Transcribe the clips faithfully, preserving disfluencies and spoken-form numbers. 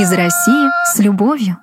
Из России с любовью.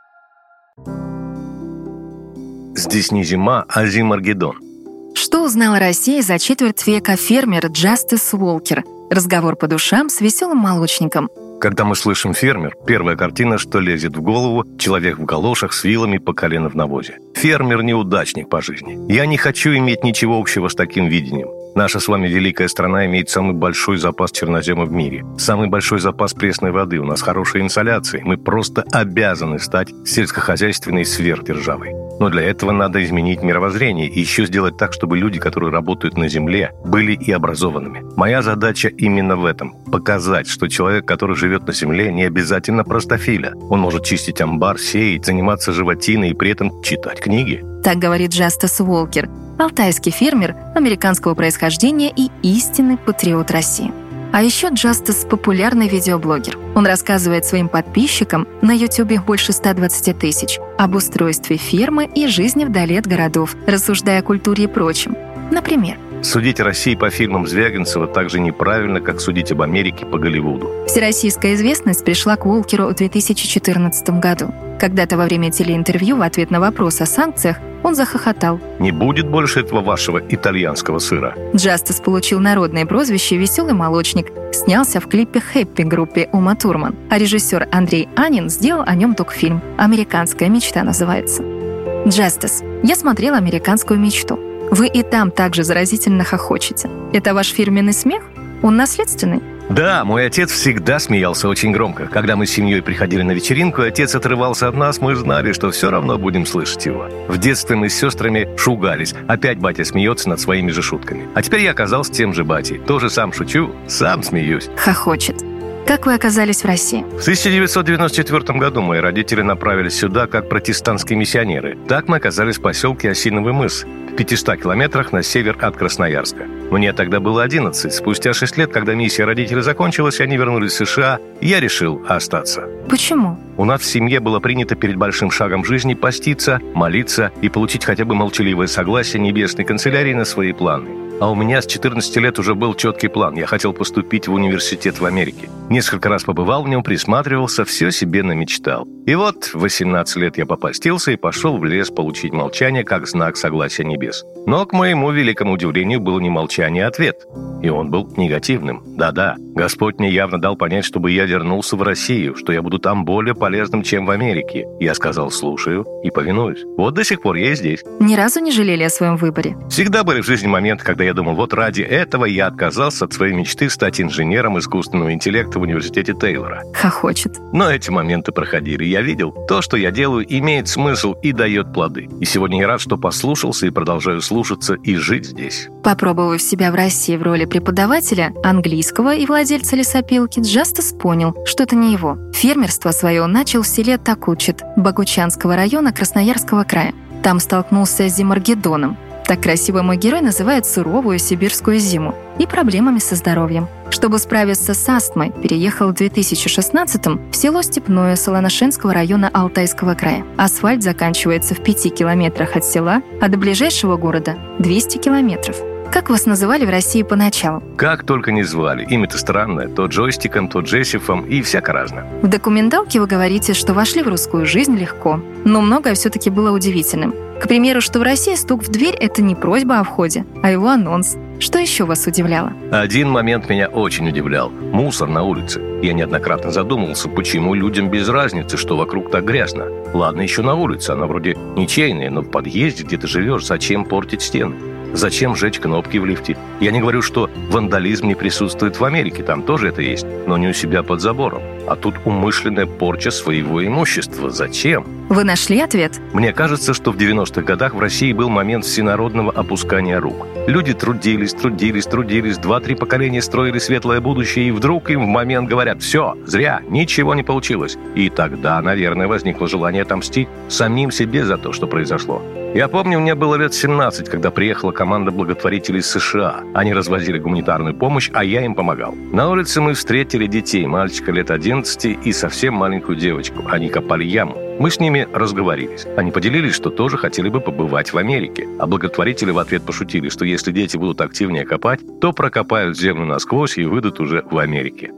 Здесь не зима, а Зимаргеддон. Что узнала Россия за четверть века фермер Джастис Уолкер? Разговор по душам с веселым молочником. Когда мы слышим «фермер», первая картина, что лезет в голову – человек в галошах с вилами по колено в навозе. Фермер – неудачник по жизни. Я не хочу иметь ничего общего с таким видением. Наша с вами великая страна имеет самый большой запас чернозема в мире. Самый большой запас пресной воды. У нас хорошая инсоляция. Мы просто обязаны стать сельскохозяйственной сверхдержавой. Но для этого надо изменить мировоззрение и еще сделать так, чтобы люди, которые работают на земле, были и образованными. Моя задача именно в этом – показать, что человек, который живет на земле, не обязательно простофиля. Он может чистить амбар, сеять, заниматься животиной и при этом читать книги. Так говорит Джастис Уолкер, алтайский фермер американского происхождения и истинный патриот России. А еще Джастис – популярный видеоблогер. Он рассказывает своим подписчикам, на Ютубе их больше ста двадцати тысяч, об устройстве фермы и жизни вдали от городов, рассуждая о культуре и прочем. Например, судить о России по фильмам Звягинцева так же неправильно, как судить об Америке по Голливуду. Всероссийская известность пришла к Уолкеру в две тысячи четырнадцатом году. Когда-то во время телеинтервью в ответ на вопрос о санкциях он захохотал. «Не будет больше этого вашего итальянского сыра». Джастис получил народное прозвище «Веселый молочник», снялся в клипе «Хэппи» группе Ума Турман, а режиссер Андрей Анин сделал о нем док-фильм «Американская мечта» называется. Джастис, я смотрела «Американскую мечту». Вы и там также заразительно хохочете. Это ваш фирменный смех? Он наследственный? Да, мой отец всегда смеялся очень громко. Когда мы с семьей приходили на вечеринку, и отец отрывался от нас, мы знали, что все равно будем слышать его. В детстве мы с сестрами шугались. Опять батя смеется над своими же шутками. А теперь я оказался тем же батей. Тоже сам шучу, сам смеюсь. Хохочет. Как вы оказались в России? В тысяча девятьсот девяносто четвёртом году мои родители направились сюда как протестантские миссионеры. Так мы оказались в поселке Осиновый мыс, в пятистах километрах на север от Красноярска. Мне тогда было одиннадцать. Спустя шесть лет, когда миссия родителей закончилась, они вернулись в США, я решил остаться. Почему? У нас в семье было принято перед большим шагом жизни поститься, молиться и получить хотя бы молчаливое согласие небесной канцелярии на свои планы. А у меня с четырнадцати лет уже был четкий план. Я хотел поступить в университет в Америке. Несколько раз побывал в нем, присматривался, все себе намечтал. И вот в восемнадцать лет я попастился и пошел в лес получить молчание как знак согласия небес. Но, к моему великому удивлению, был не молчание, а ответ. И он был негативным. Да-да, Господь мне явно дал понять, чтобы я вернулся в Россию, что я буду там более полезным, чем в Америке. Я сказал «слушаю» и повинуюсь. Вот до сих пор я и здесь. Ни разу не жалели о своем выборе? Всегда были в жизни моменты, когда я думал, вот ради этого я отказался от своей мечты стать инженером искусственного интеллекта в университете Тейлора. Хохочет. Но эти моменты проходили. Я видел, то, что я делаю, имеет смысл и дает плоды. И сегодня я рад, что послушался и продолжаю слушаться и жить здесь. Попробовав себя в России в роли преподавателя английского и владельца лесопилки, Джастис понял, что это не его. Фермерство свое он начал в селе Такучит Богучанского района Красноярского края. Там столкнулся с Зимаргеддоном. Так красиво мой герой называет суровую сибирскую зиму и проблемами со здоровьем. Чтобы справиться с астмой, переехал в две тысячи шестнадцатом в село Степное Солоношенского района Алтайского края. Асфальт заканчивается в пяти километрах от села, а до ближайшего города – двести километров. Как вас называли в России поначалу? Как только не звали. Имя-то странное. То Джойстиком, то Джессифом и всяко разно. В документалке вы говорите, что вошли в русскую жизнь легко. Но многое все-таки было удивительным. К примеру, что в России стук в дверь – это не просьба о входе, а его анонс. Что еще вас удивляло? Один момент меня очень удивлял. Мусор на улице. Я неоднократно задумывался, почему людям без разницы, что вокруг так грязно. Ладно, еще на улице, она вроде ничейная, но в подъезде, где ты живешь, зачем портить стены? Зачем жечь кнопки в лифте? Я не говорю, что вандализм не присутствует в Америке, там тоже это есть, но не у себя под забором. А тут умышленная порча своего имущества. Зачем? Вы нашли ответ? Мне кажется, что в девяностых годах в России был момент всенародного опускания рук. Люди трудились, трудились, трудились, два-три поколения строили светлое будущее, и вдруг им в момент говорят: «Все, зря, ничего не получилось». И тогда, наверное, возникло желание отомстить самим себе за то, что произошло. Я помню, мне было лет семнадцать, когда приехала команда благотворителей из США. Они развозили гуманитарную помощь, а я им помогал. На улице мы встретили детей, мальчика лет одиннадцати и совсем маленькую девочку. Они копали яму. Мы с ними разговорились. Они поделились, что тоже хотели бы побывать в Америке. А благотворители в ответ пошутили, что если дети будут активнее копать, то прокопают землю насквозь и выйдут уже в Америке.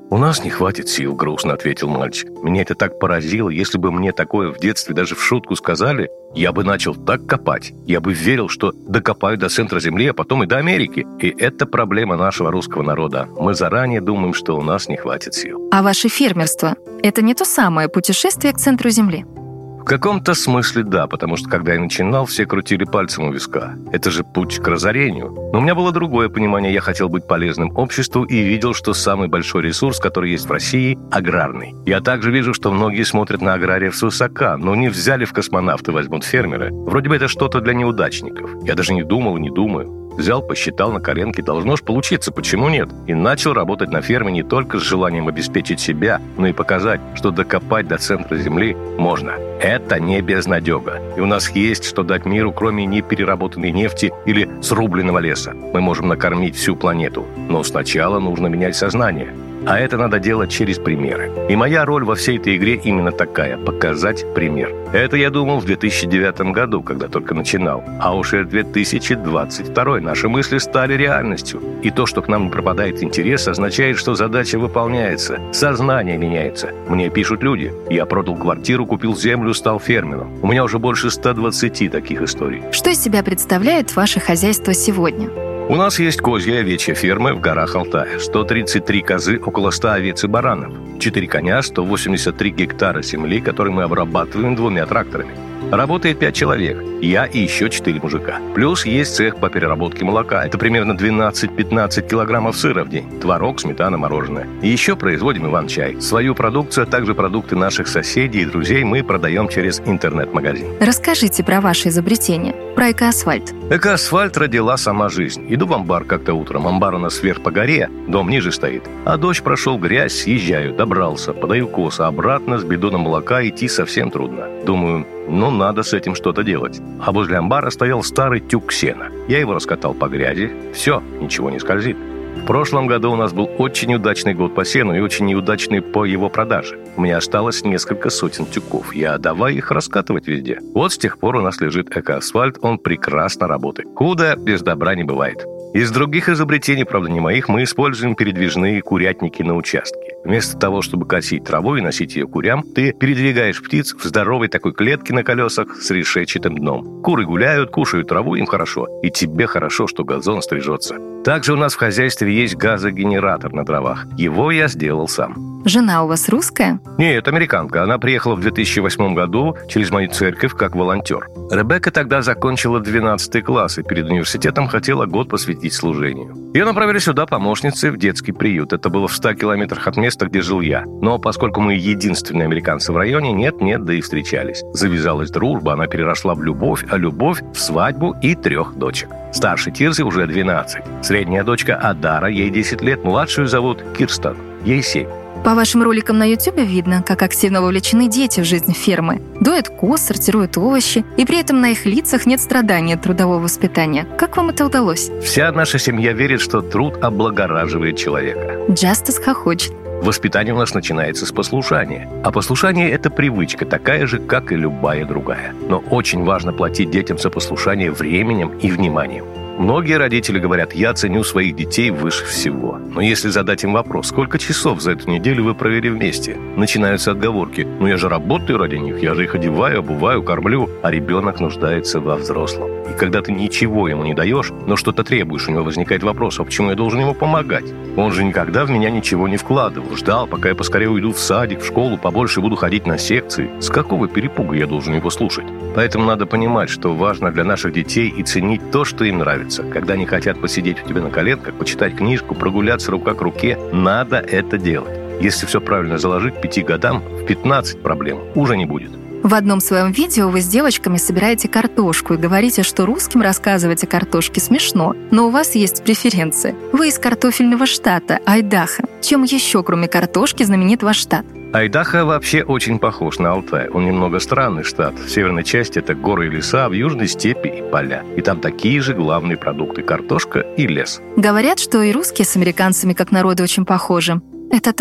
«У нас не хватит сил», — грустно ответил мальчик. «Меня это так поразило. Если бы мне такое в детстве даже в шутку сказали, я бы начал так копать. Я бы верил, что докопаю до центра Земли, а потом и до Америки. И это проблема нашего русского народа. Мы заранее думаем, что у нас не хватит сил». А ваше фермерство – это не то самое путешествие к центру Земли? В каком-то смысле да, потому что когда я начинал, все крутили пальцем у виска. Это же путь к разорению. Но у меня было другое понимание. Я хотел быть полезным обществу и видел, что самый большой ресурс, который есть в России – аграрный. Я также вижу, что многие смотрят на аграриев свысока, но не взяли в космонавты, возьмут фермеры. Вроде бы это что-то для неудачников. Я даже не думал и не думаю. Взял, посчитал на коленке, должно ж получиться, почему нет? И начал работать на ферме не только с желанием обеспечить себя, но и показать, что докопать до центра Земли можно. Это не безнадега. И у нас есть что дать миру, кроме непереработанной нефти или срубленного леса. Мы можем накормить всю планету. Но сначала нужно менять сознание. А это надо делать через примеры. И моя роль во всей этой игре именно такая – показать пример. Это я думал в две тысячи девятом году, когда только начинал. А уже в две тысячи двадцать втором наши мысли стали реальностью. И то, что к нам не пропадает интерес, означает, что задача выполняется. Сознание меняется. Мне пишут люди. Я продал квартиру, купил землю, стал фермером. У меня уже больше ста двадцати таких историй. Что из себя представляет ваше хозяйство сегодня? У нас есть козья и овечья фермы в горах Алтая, сто тридцать три козы, около ста овец и баранов, четыре коня, сто восемьдесят три гектара земли, которые мы обрабатываем двумя тракторами. Работает пять человек, я и еще четыре мужика. Плюс есть цех по переработке молока. Это примерно двенадцать-пятнадцать килограммов сыра в день. Творог, сметана, мороженое. И еще производим иван-чай. Свою продукцию, а также продукты наших соседей и друзей мы продаем через интернет-магазин. Расскажите про ваше изобретение, про экоасфальт. Экоасфальт родила сама жизнь. Иду в амбар как-то утром. Амбар у нас вверх по горе, дом ниже стоит. А дождь прошел, грязь, съезжаю, добрался, подаю косы. Обратно с бидоном молока идти совсем трудно. Думаю, ну надо с этим что-то делать. А возле амбара стоял старый тюк сена. Я его раскатал по грязи. Все, ничего не скользит. В прошлом году у нас был очень удачный год по сену и очень неудачный по его продаже. У меня осталось несколько сотен тюков. Я давай их раскатывать везде. Вот с тех пор у нас лежит экоасфальт, он прекрасно работает. Худо без добра не бывает. Из других изобретений, правда не моих, мы используем передвижные курятники на участке. Вместо того, чтобы косить траву и носить ее курям, ты передвигаешь птиц в здоровой такой клетке на колесах с решетчатым дном. Куры гуляют, кушают траву, им хорошо. И тебе хорошо, что газон стрижется. Также у нас в хозяйстве есть газогенератор на дровах. Его я сделал сам. Жена у вас русская? Нет, американка. Она приехала в две тысячи восьмом году через мою церковь как волонтер. Ребекка тогда закончила двенадцатый класс и перед университетом хотела год посвятить служению. Ее направили сюда помощницей в детский приют. Это было в ста километрах от места, где жил я. Но поскольку мы единственные американцы в районе, нет-нет, да и встречались. Завязалась дружба, она переросла в любовь, а любовь в свадьбу и трех дочек. Старшей Тирзе уже двенадцать. Средняя дочка Адара, ей десять лет. Младшую зовут Кирстен, ей семь. По вашим роликам на Ютубе видно, как активно вовлечены дети в жизнь фермы. Доят коз, сортируют овощи, и при этом на их лицах нет страдания от трудового воспитания. Как вам это удалось? Вся наша семья верит, что труд облагораживает человека. Джастис хохочет. Воспитание у нас начинается с послушания. А послушание – это привычка, такая же, как и любая другая. Но очень важно платить детям за послушание временем и вниманием. Многие родители говорят, я ценю своих детей выше всего. Но если задать им вопрос, сколько часов за эту неделю вы провели вместе, начинаются отговорки. Ну я же работаю ради них, я же их одеваю, обуваю, кормлю, а ребенок нуждается во взрослом. И когда ты ничего ему не даешь, но что-то требуешь, у него возникает вопрос, а почему я должен ему помогать? Он же никогда в меня ничего не вкладывал, ждал, пока я поскорее уйду в садик, в школу, побольше буду ходить на секции. С какого перепуга я должен его слушать? Поэтому надо понимать, что важно для наших детей и ценить то, что им нравится. Когда они хотят посидеть у тебя на коленках, почитать книжку, прогуляться рука к руке, надо это делать. Если все правильно заложить, к пяти годам, в пятнадцать проблем уже не будет. В одном своем видео вы с девочками собираете картошку и говорите, что русским рассказывать о картошке смешно, но у вас есть преференции. Вы из картофельного штата, Айдахо. Чем еще, кроме картошки, знаменит ваш штат? Айдахо вообще очень похож на Алтай. Он немного странный штат. В северной части это горы и леса, а в южной степи и поля. И там такие же главные продукты – картошка и лес. Говорят, что и русские с американцами как народы очень похожи. Это так?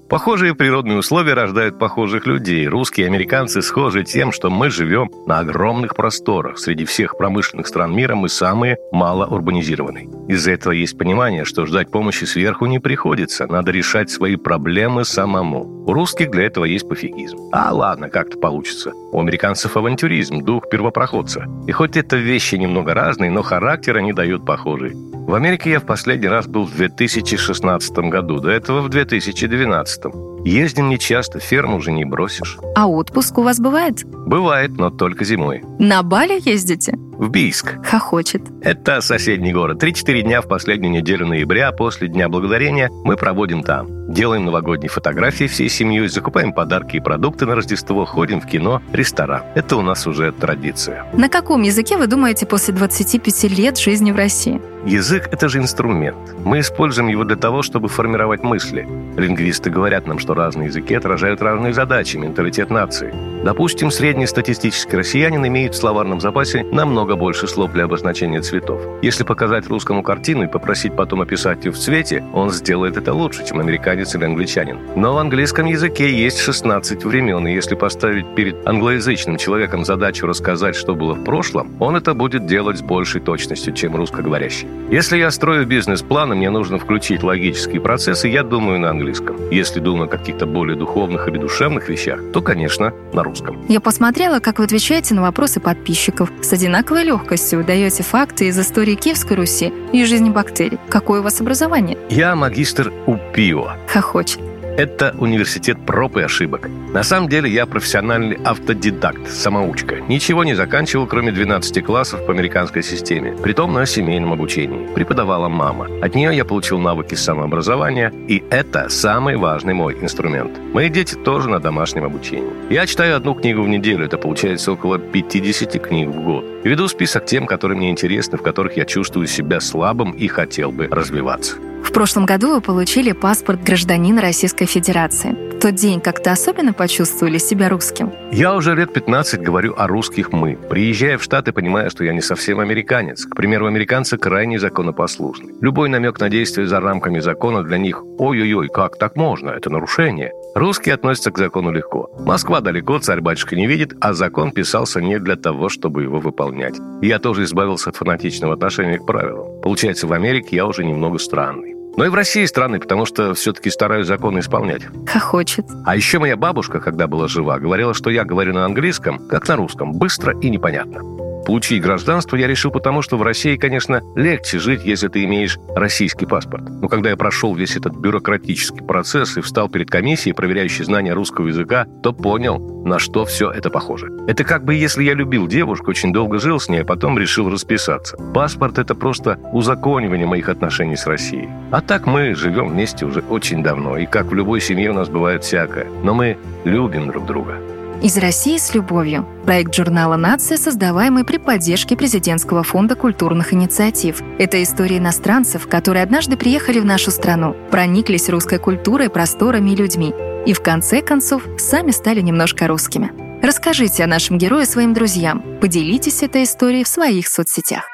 Похожие природные условия рождают похожих людей. Русские и американцы схожи тем, что мы живем на огромных просторах. Среди всех промышленных стран мира мы самые малоурбанизированные. Из-за этого есть понимание, что ждать помощи сверху не приходится. Надо решать свои проблемы самому. У русских для этого есть пофигизм. А ладно, как-то получится. У американцев авантюризм, дух первопроходца. И хоть это вещи немного разные, но характер они дают похожий. В Америке я в последний раз был в две тысячи шестнадцатом году, до этого в две тысячи двенадцатом. Ездим нечасто, ферму уже не бросишь. А отпуск у вас бывает? Бывает, но только зимой. На Бали ездите? В Бийск. Хохочет. Это соседний город. Три-четыре дня в последнюю неделю ноября, после Дня Благодарения, мы проводим там. Делаем новогодние фотографии всей семьей, закупаем подарки и продукты на Рождество, ходим в кино, ресторан. Это у нас уже традиция. На каком языке вы думаете после двадцати пяти лет жизни в России? Язык – это же инструмент. Мы используем его для того, чтобы формировать мысли. Лингвисты говорят нам, что разные языки отражают разные задачи, менталитет нации. Допустим, среднестатистический россиянин имеет в словарном запасе намного больше слов для обозначения цветов. Если показать русскому картину и попросить потом описать ее в цвете, он сделает это лучше, чем американец или англичанин. Но в английском языке есть шестнадцать времен, и если поставить перед англоязычным человеком задачу рассказать, что было в прошлом, он это будет делать с большей точностью, чем русскоговорящий. Если я строю бизнес-план, и мне нужно включить логические процессы, я думаю на английском. Если думаю о каких-то более духовных или душевных вещах, то, конечно, на русском. Я посмотрела, как вы отвечаете на вопросы подписчиков. С одинаковой легкостью даете факты из истории Киевской Руси и жизни бактерий. Какое у вас образование? Я магистр УПИО. Хохочет. Это университет проб и ошибок. На самом деле я профессиональный автодидакт, самоучка. Ничего не заканчивал, кроме двенадцати классов по американской системе. Притом на семейном обучении. Преподавала мама. От нее я получил навыки самообразования, и это самый важный мой инструмент. Мои дети тоже на домашнем обучении. Я читаю одну книгу в неделю, это получается около пятьдесят книг в год. И веду список тем, которые мне интересны, в которых я чувствую себя слабым и хотел бы развиваться. В прошлом году вы получили паспорт гражданина Российской Федерации. В тот день как-то особенно почувствовали себя русским? Я уже лет пятнадцать говорю о русских «мы». Приезжая в Штаты, понимаю, что я не совсем американец. К примеру, американцы крайне законопослушны. Любой намек на действие за рамками закона для них «Ой-ой-ой, как так можно? Это нарушение». Русские относятся к закону легко. Москва далеко, царь-батюшка не видит, а закон писался не для того, чтобы его выполнять. И я тоже избавился от фанатичного отношения к правилам. Получается, в Америке я уже немного странный. Но и в России странный, потому что все-таки стараюсь законы исполнять. Хохочет. А еще моя бабушка, когда была жива, говорила, что я говорю на английском, как на русском, быстро и непонятно. Получить гражданство я решил потому, что в России, конечно, легче жить, если ты имеешь российский паспорт. Но когда я прошел весь этот бюрократический процесс и встал перед комиссией, проверяющей знания русского языка, то понял, на что все это похоже. Это как бы если я любил девушку, очень долго жил с ней, а потом решил расписаться. Паспорт – это просто узаконивание моих отношений с Россией. А так мы живем вместе уже очень давно, и как в любой семье у нас бывает всякое. Но мы любим друг друга. Из России с любовью. Проект журнала «Нация», создаваемый при поддержке Президентского фонда культурных инициатив. Это истории иностранцев, которые однажды приехали в нашу страну, прониклись русской культурой, просторами и людьми. И в конце концов сами стали немножко русскими. Расскажите о нашем герое своим друзьям. Поделитесь этой историей в своих соцсетях.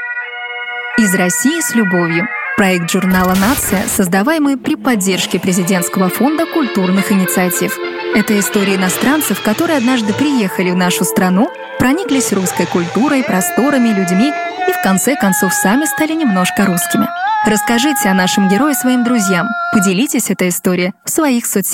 Из России с любовью. Проект журнала «Нация», создаваемый при поддержке Президентского фонда культурных инициатив. Это истории иностранцев, которые однажды приехали в нашу страну, прониклись русской культурой, просторами, людьми и в конце концов сами стали немножко русскими. Расскажите о нашем герое своим друзьям. Поделитесь этой историей в своих соцсетях.